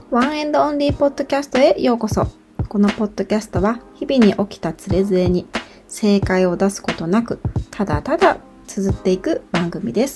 ワンエンドオンリーポッドキャストへようこそ。このポッドキャストは日々に起きたつれづれに正解を出すことなく、ただただ綴っていく番組です。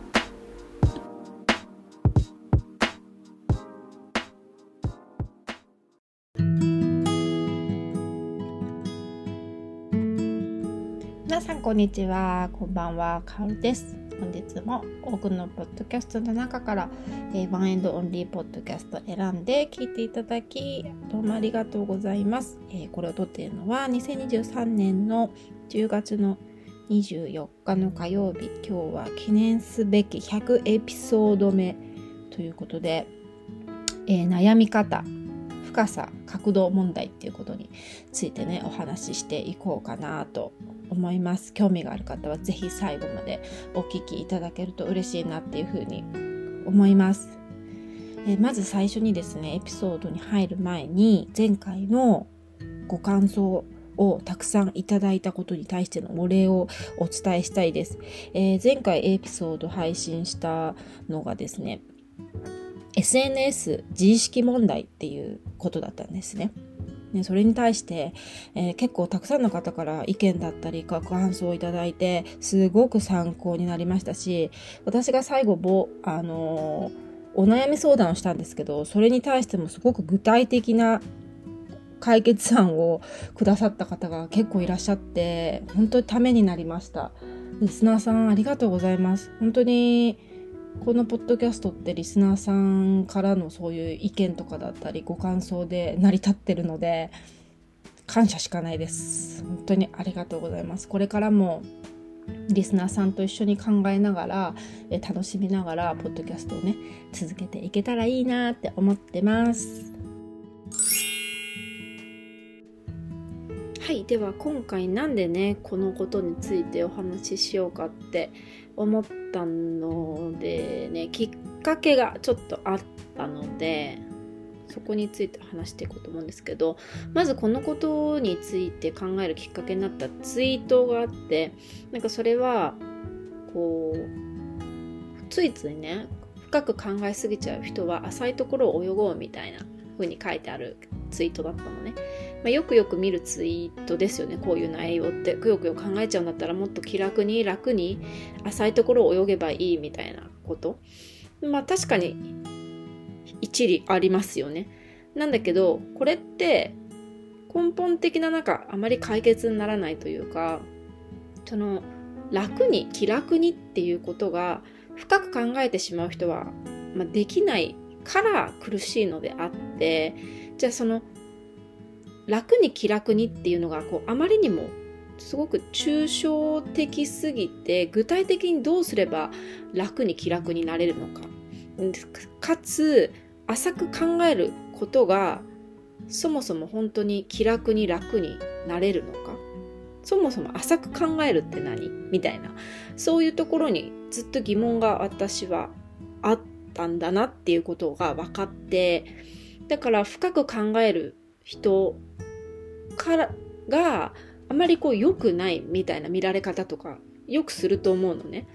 皆さんこんにちは、こんばんは、かおるです。本日も多くのポッドキャストの中からワンエンドオンリーポッドキャスト選んで聞いていただきどうもありがとうございます。これを撮っているのは2023年の10月の24日の火曜日。今日は記念すべき100エピソード目ということで、悩み方、深さ、角度問題っていうことについてね、お話ししていこうかなと思います。興味がある方はぜひ最後までお聞きいただけると嬉しいなっていうふうに思います。まず最初にですね、エピソードに入る前に前回のご感想をたくさんいただいたことに対してのお礼をお伝えしたいです。前回エピソード配信したのがですね、SNS 自意識問題っていうことだったんですね。それに対して、結構たくさんの方から意見だったりご感想をいただいてすごく参考になりましたし、私が最後お悩み相談をしたんですけど、それに対してもすごく具体的な解決案をくださった方が結構いらっしゃって、本当にためになりました。リスナーさんありがとうございます。本当にこのポッドキャストってリスナーさんからのそういう意見とかだったりご感想で成り立ってるので、感謝しかないです。本当にありがとうございます。これからもリスナーさんと一緒に考えながら楽しみながらポッドキャストをね続けていけたらいいなって思ってます。はい、では今回なんでねこのことについてお話ししようかって思ったのでね、きっかけがちょっとあったのでそこについて話していこうと思うんですけど、まずこのことについて考えるきっかけになったツイートがあって、なんかそれはこうついついね深く考えすぎちゃう人は浅いところを泳ごうみたいな風に書いてあるツイートだったのね。よくよく見るツイートですよね。こういう内容ってよくよく考えちゃうんだったらもっと気楽に楽に浅いところを泳げばいいみたいなこと、確かに一理ありますよね。なんだけどこれって根本的なあまり解決にならないというか、その楽に気楽にっていうことが深く考えてしまう人は、できないから苦しいのであって、じゃあその楽に気楽にっていうのがあまりにもすごく抽象的すぎて、具体的にどうすれば楽に気楽になれるのか、かつ浅く考えることがそもそも本当に気楽に楽になれるのか、そもそも浅く考えるって何みたいな、そういうところにずっと疑問が私はあったんだなっていうことが分かって、だから深く考える人からがあまり良くないみたいな見られ方とかよくすると思うのね。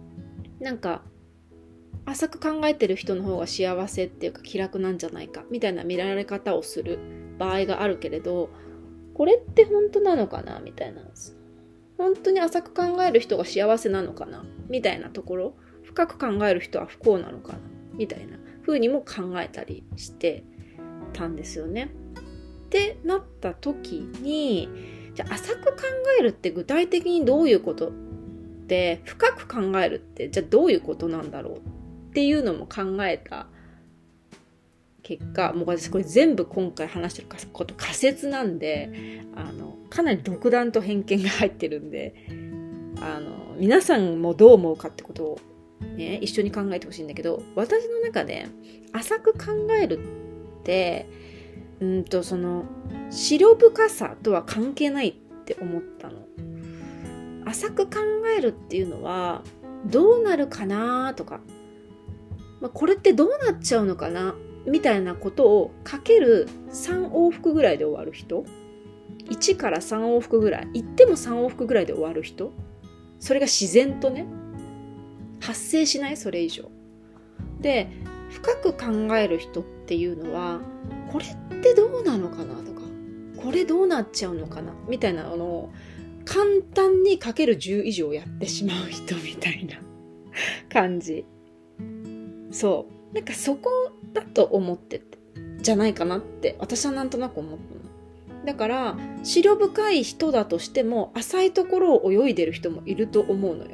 浅く考えてる人の方が幸せっていうか気楽なんじゃないかみたいな見られ方をする場合があるけれど、これって本当なのかなみたいな、本当に浅く考える人が幸せなのかなみたいなところ、深く考える人は不幸なのかなみたいな風にも考えたりしてたんですよね。ってなった時に、じゃあ浅く考えるって具体的にどういうことで、深く考えるってじゃあどういうことなんだろうっていうのも考えた結果、もう私これ全部今回話してること仮説なんで、かなり独断と偏見が入ってるんで、皆さんもどう思うかってことをね一緒に考えてほしいんだけど、私の中で浅く考えるってその思慮深さとは関係ないって思ったの。浅く考えるっていうのはどうなるかなとか、これってどうなっちゃうのかなみたいなことをかける3往復ぐらいで終わる人、1から3往復ぐらい、言っても3往復ぐらいで終わる人、それが自然とね発生しない、それ以上で深く考える人っていうのは、これってどうなのかなとか、これどうなっちゃうのかなみたいなのを簡単にかける10以上やってしまう人みたいな感じ。そう。なんかそこだと思ってて、じゃないかなって私はなんとなく思ったの。だから、思慮深い人だとしても、浅いところを泳いでる人もいると思うのよ。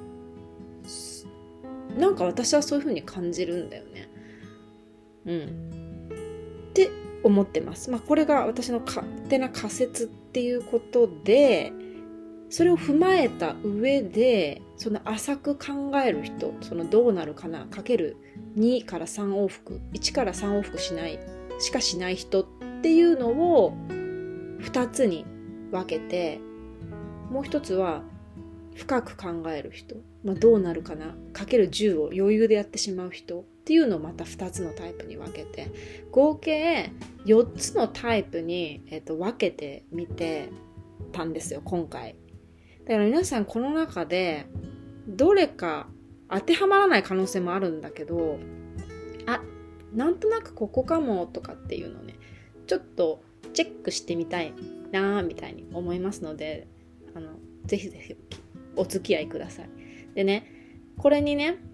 なんか私はそういう風に感じるんだよね。って思ってます。これが私の勝手な仮説っていうことで、それを踏まえた上で、その浅く考える人、そのどうなるかな、かける2から3往復、1から3往復しかしない人っていうのを2つに分けて、もう一つは深く考える人、どうなるかな、かける10を余裕でやってしまう人っていうのをまた2つのタイプに分けて、合計4つのタイプに、分けてみてたんですよ、今回。だから皆さんこの中でどれか当てはまらない可能性もあるんだけど、なんとなくここかもとかっていうのをね、ちょっとチェックしてみたいなーみたいに思いますので、ぜひぜひお付き合いください。でね、これにね、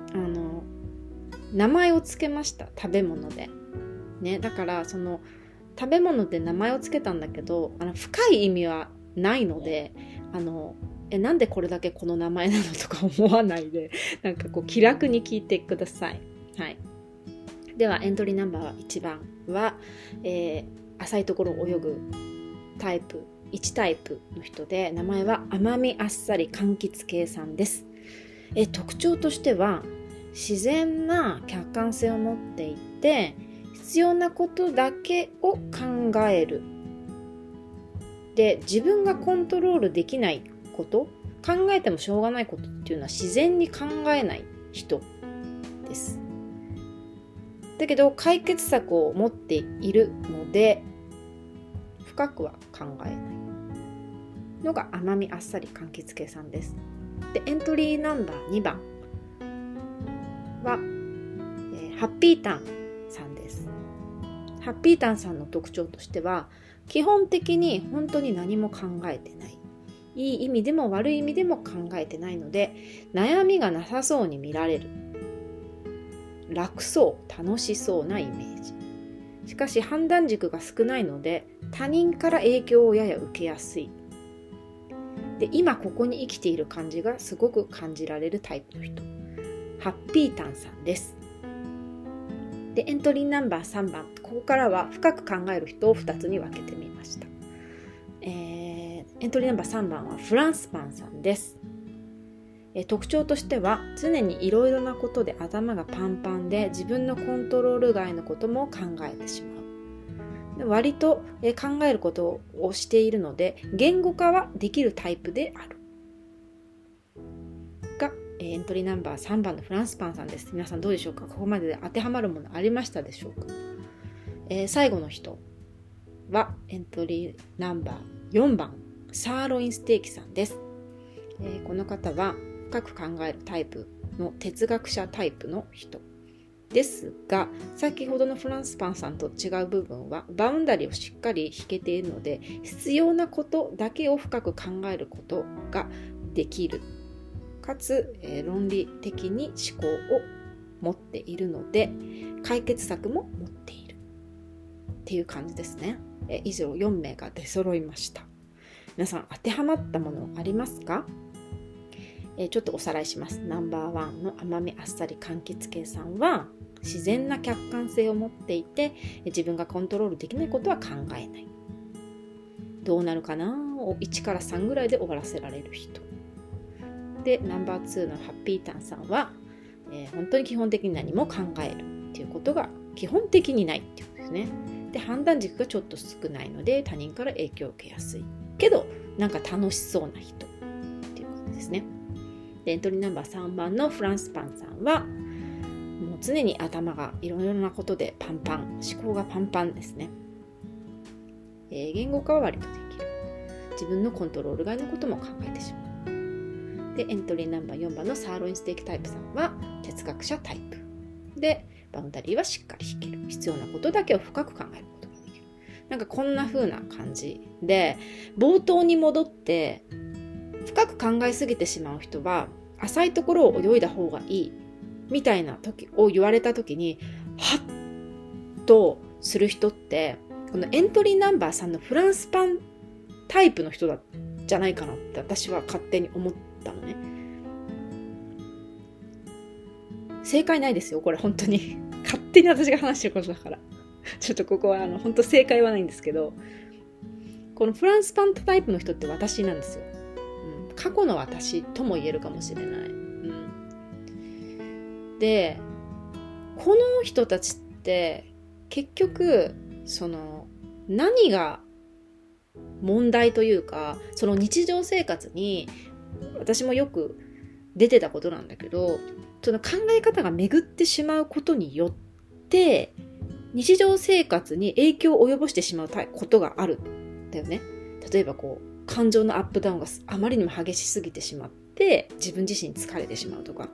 名前をつけました。食べ物で。ね、だからその食べ物で名前をつけたんだけど、深い意味はないので、なんでこれだけこの名前なのとか思わないで、なんかこう気楽に聞いてください。はい。ではエントリーナンバー1番は、浅いところを泳ぐタイプ、1タイプの人で、名前は甘みあっさり柑橘系さんです。特徴としては自然な客観性を持っていて、必要なことだけを考える。で、自分がコントロールできないこと、考えてもしょうがないことっていうのは自然に考えない人です。だけど解決策を持っているので、深くは考えないのが甘みあっさり柑橘系さんです。で、エントリーナンバー2番は、ハッピータンさんです。ハッピータンさんの特徴としては、基本的に本当に何も考えてない。いい意味でも悪い意味でも考えてないので、悩みがなさそうに見られる。楽そう、楽しそうなイメージ。しかし判断軸が少ないので、他人から影響をやや受けやすい。で、今ここに生きている感じがすごく感じられるタイプの人。ハッピータンさんです。で、エントリーナンバー3番。ここからは深く考える人を2つに分けてみました。エントリーナンバー3番はフランスパンさんです。特徴としては、常にいろいろなことで頭がパンパンで、自分のコントロール外のことも考えてしまう。割と考えることをしているので、言語化はできるタイプである。が、エントリーナンバー3番のフランスパンさんです。皆さんどうでしょうか？ここまでで当てはまるものありましたでしょうか？最後の人はエントリーナンバー4番、サーロインステーキさんです。この方は深く考えるタイプの哲学者タイプの人ですが、先ほどのフランスパンさんと違う部分はバウンダリーをしっかり引けているので、必要なことだけを深く考えることができる、かつ、論理的に思考を持っているので、解決策も持っているっていう感じですね。以上4名が出揃いました。皆さん当てはまったものありますか？ちょっとおさらいします。ナンバー1の甘みあっさり柑橘系さんは、自然な客観性を持っていて、自分がコントロールできないことは考えない。どうなるかなを1から3ぐらいで終わらせられる人。で、ナンバー2のハッピータンさんは、本当に基本的に何も考えるっていうことが基本的にないっていうことですね。で、判断軸がちょっと少ないので、他人から影響を受けやすい。けど、なんか楽しそうな人っていうことですね。で、エントリーナンバー3番のフランスパンさんは、もう常に頭がいろいろなことでパンパン、思考がパンパンですね。言語化は割とできる。自分のコントロール外のことも考えてしまう。で、エントリーナンバー4番のサーロインステーキタイプさんは哲学者タイプ。で、 バウンダリーはしっかり引ける。必要なことだけを深く考えることができる。なんかこんな風な感じで、冒頭に戻って深く考えすぎてしまう人は浅いところを泳いだ方がいいみたいな時を言われた時にハッとする人って、このエントリーナンバー3のフランスパンタイプの人じゃないかなって私は勝手に思ったのね。正解ないですよ、これ本当に。勝手に私が話してることだから。ちょっとここは本当正解はないんですけど、このフランスパンタイプの人って私なんですよ。過去の私とも言えるかもしれない。で、この人たちって結局何が問題というか、その日常生活に私もよく出てたことなんだけど、その考え方が巡ってしまうことによって日常生活に影響を及ぼしてしまうことがあるんだよね。例えば感情のアップダウンがあまりにも激しすぎてしまって自分自身疲れてしまうとか、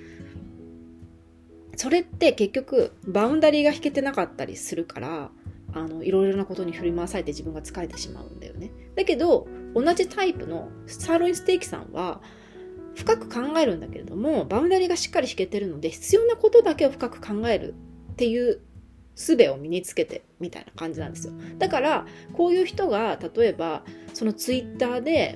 それって結局バウンダリーが引けてなかったりするから、いろいろなことに振り回されて自分が疲れてしまうんだよね。だけど同じタイプのサーロインステーキさんは深く考えるんだけれども、バウンダリーがしっかり引けてるので必要なことだけを深く考えるっていう術を身につけてみたいな感じなんですよ。だからこういう人が例えばそのツイッターで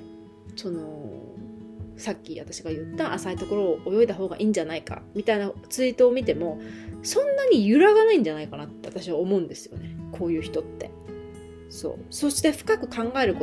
さっき私が言った浅いところを泳いだ方がいいんじゃないかみたいなツイートを見てもそんなに揺らがないんじゃないかなって私は思うんですよね。こういう人ってそして深く考える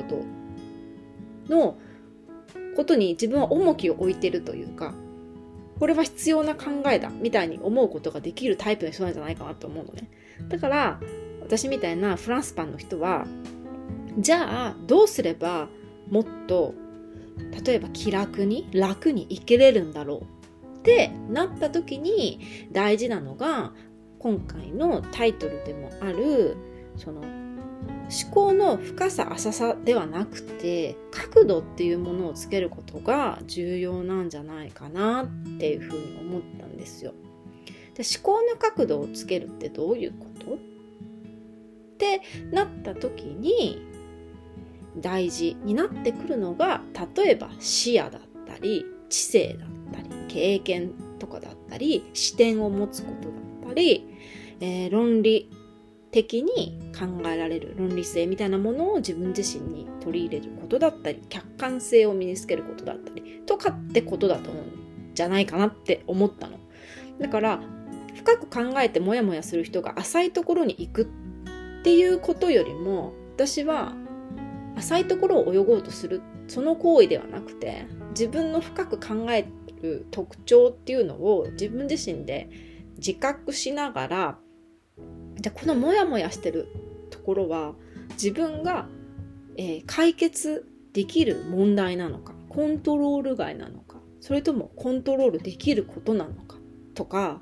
ことに自分は重きを置いてるというか、これは必要な考えだみたいに思うことができるタイプの人なんじゃないかなと思うのね。だから私みたいなフランスパンの人は、じゃあどうすればもっと例えば気楽に生きれるんだろうってなった時に大事なのが、今回のタイトルでもある思考の深さ浅さではなくて角度っていうものをつけることが重要なんじゃないかなっていうふうに思ったんですよ。で、思考の角度をつけるってどういうことってなった時に大事になってくるのが、例えば視野だったり知性だったり経験とかだったり視点を持つことだったり、論理的に考えられる論理性みたいなものを自分自身に取り入れることだったり、客観性を身につけることだったりとかってことだと思うんじゃないかなって思ったの。だから深く考えてモヤモヤする人が浅いところに行くっていうことよりも、私は浅いところを泳ごうとするその行為ではなくて、自分の深く考える特徴っていうのを自分自身で自覚しながら、じゃあこのモヤモヤしてるところは自分が、解決できる問題なのか、コントロール外なのか、それともコントロールできることなのかとか、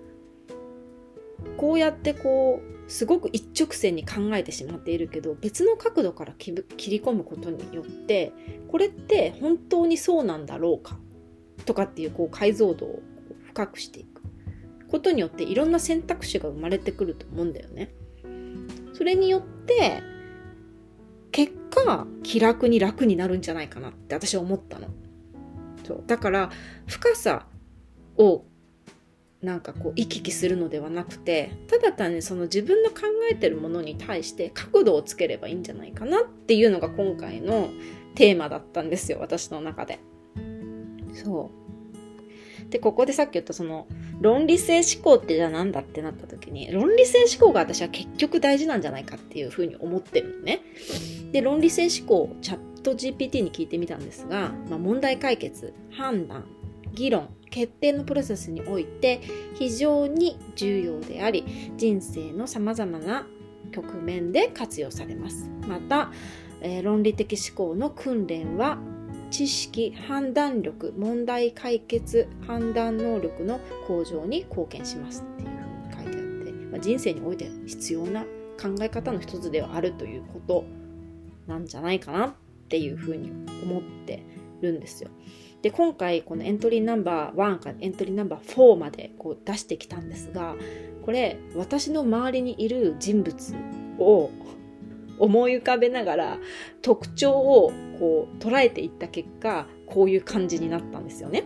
こうやってすごく一直線に考えてしまっているけど別の角度から切り込むことによって、これって本当にそうなんだろうかとかっていう解像度を深くしていくことによっていろんな選択肢が生まれてくると思うんだよね。それによって結果気楽に楽になるんじゃないかなって私は思ったの。そうだから深さを行き来するのではなくて、ただ単にその自分の考えてるものに対して角度をつければいいんじゃないかなっていうのが今回のテーマだったんですよ、私の中で。で、ここでさっき言った論理性思考ってじゃあなんだってなった時に、論理性思考が私は結局大事なんじゃないかっていうふうに思ってるのね。で、論理性思考をチャット GPT に聞いてみたんですが、問題解決、判断、議論、決定のプロセスにおいて非常に重要であり、人生のさまざまな局面で活用されます。また、論理的思考の訓練は知識、判断力、問題解決、判断能力の向上に貢献しますっていうふうに書いてあって、人生において必要な考え方の一つではあるということなんじゃないかなっていうふうに思ってるんですよ。で、今回このエントリーナンバー1からエントリーナンバー4まで出してきたんですが、 これ私の周りにいる人物を思い浮かべながら特徴をこう捉えていった結果、こういう感じになったんですよね。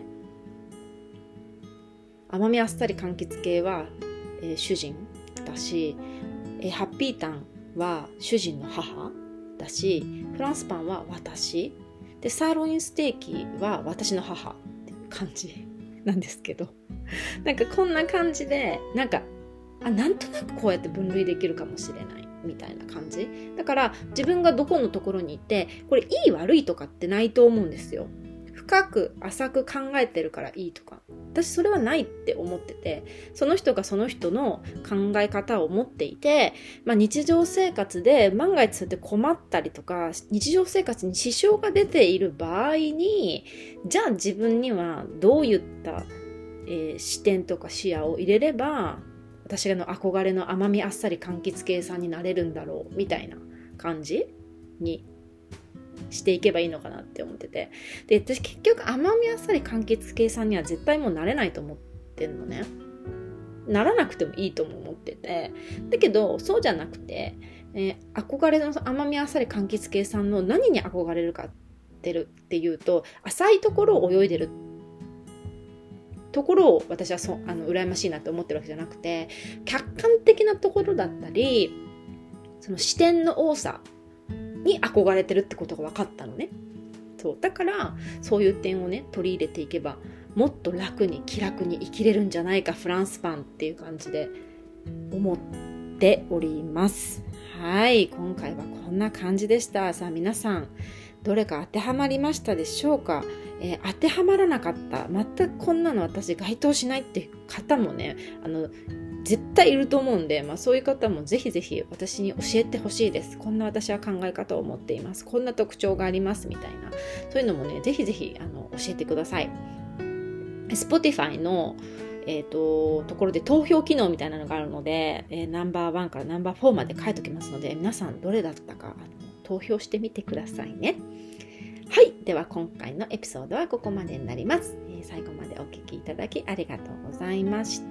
甘みあっさり柑橘系は、主人だし、ハッピータンは主人の母だし、フランスパンは私で、サーロインステーキは私の母っていう感じなんですけど、なんかこんな感じで、なんとなくこうやって分類できるかもしれないみたいな感じだから、自分がどこのところにいてこれいい悪いとかってないと思うんですよ。深く浅く考えてるからいいとか、私それはないって思ってて、その人がその人の考え方を持っていて、日常生活で万が一そうやって困ったりとか、日常生活に支障が出ている場合に、じゃあ自分にはどういった、視点とか視野を入れれば私の憧れの甘みあっさり柑橘系さんになれるんだろうみたいな感じにしていけばいいのかなって思ってて、で私結局甘みあっさり柑橘系さんには絶対もうなれないと思ってんのね。ならなくてもいいとも思ってて、だけどそうじゃなくて、憧れの甘みあっさり柑橘系さんの何に憧れるかっていうと、浅いところを泳いでるところを私は羨ましいなって思ってるわけじゃなくて、客観的なところだったり、その視点の多さに憧れてるってことが分かったのね。そうだからそういう点をね取り入れていけば、もっと楽に気楽に生きれるんじゃないかフランスパンっていう感じで思っております。はい、今回はこんな感じでした。さあ皆さん、どれか当てはまりましたでしょうか？当てはまらなかった、全くこんなの私該当しないっていう方もね、絶対いると思うんで、そういう方もぜひぜひ私に教えてほしいです。こんな私は考え方を持っています。こんな特徴がありますみたいな、そういうのもね、ぜひぜひ教えてください。Spotify のところで投票機能みたいなのがあるので、ナンバー1からナンバー4まで書いておきますので、皆さんどれだったか投票してみてくださいね。はい、では今回のエピソードはここまでになります。最後までお聞きいただきありがとうございました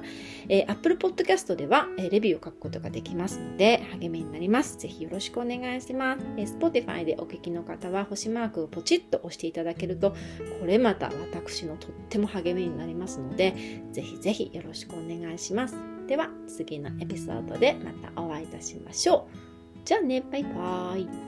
。Apple Podcast では、レビューを書くことができますので励みになります。ぜひよろしくお願いします。Spotify でお聞きの方は星マークをポチッと押していただけると、これまた私のとっても励みになりますので、ぜひぜひよろしくお願いします。では次のエピソードでまたお会いいたしましょう。じゃあね、バイバイ。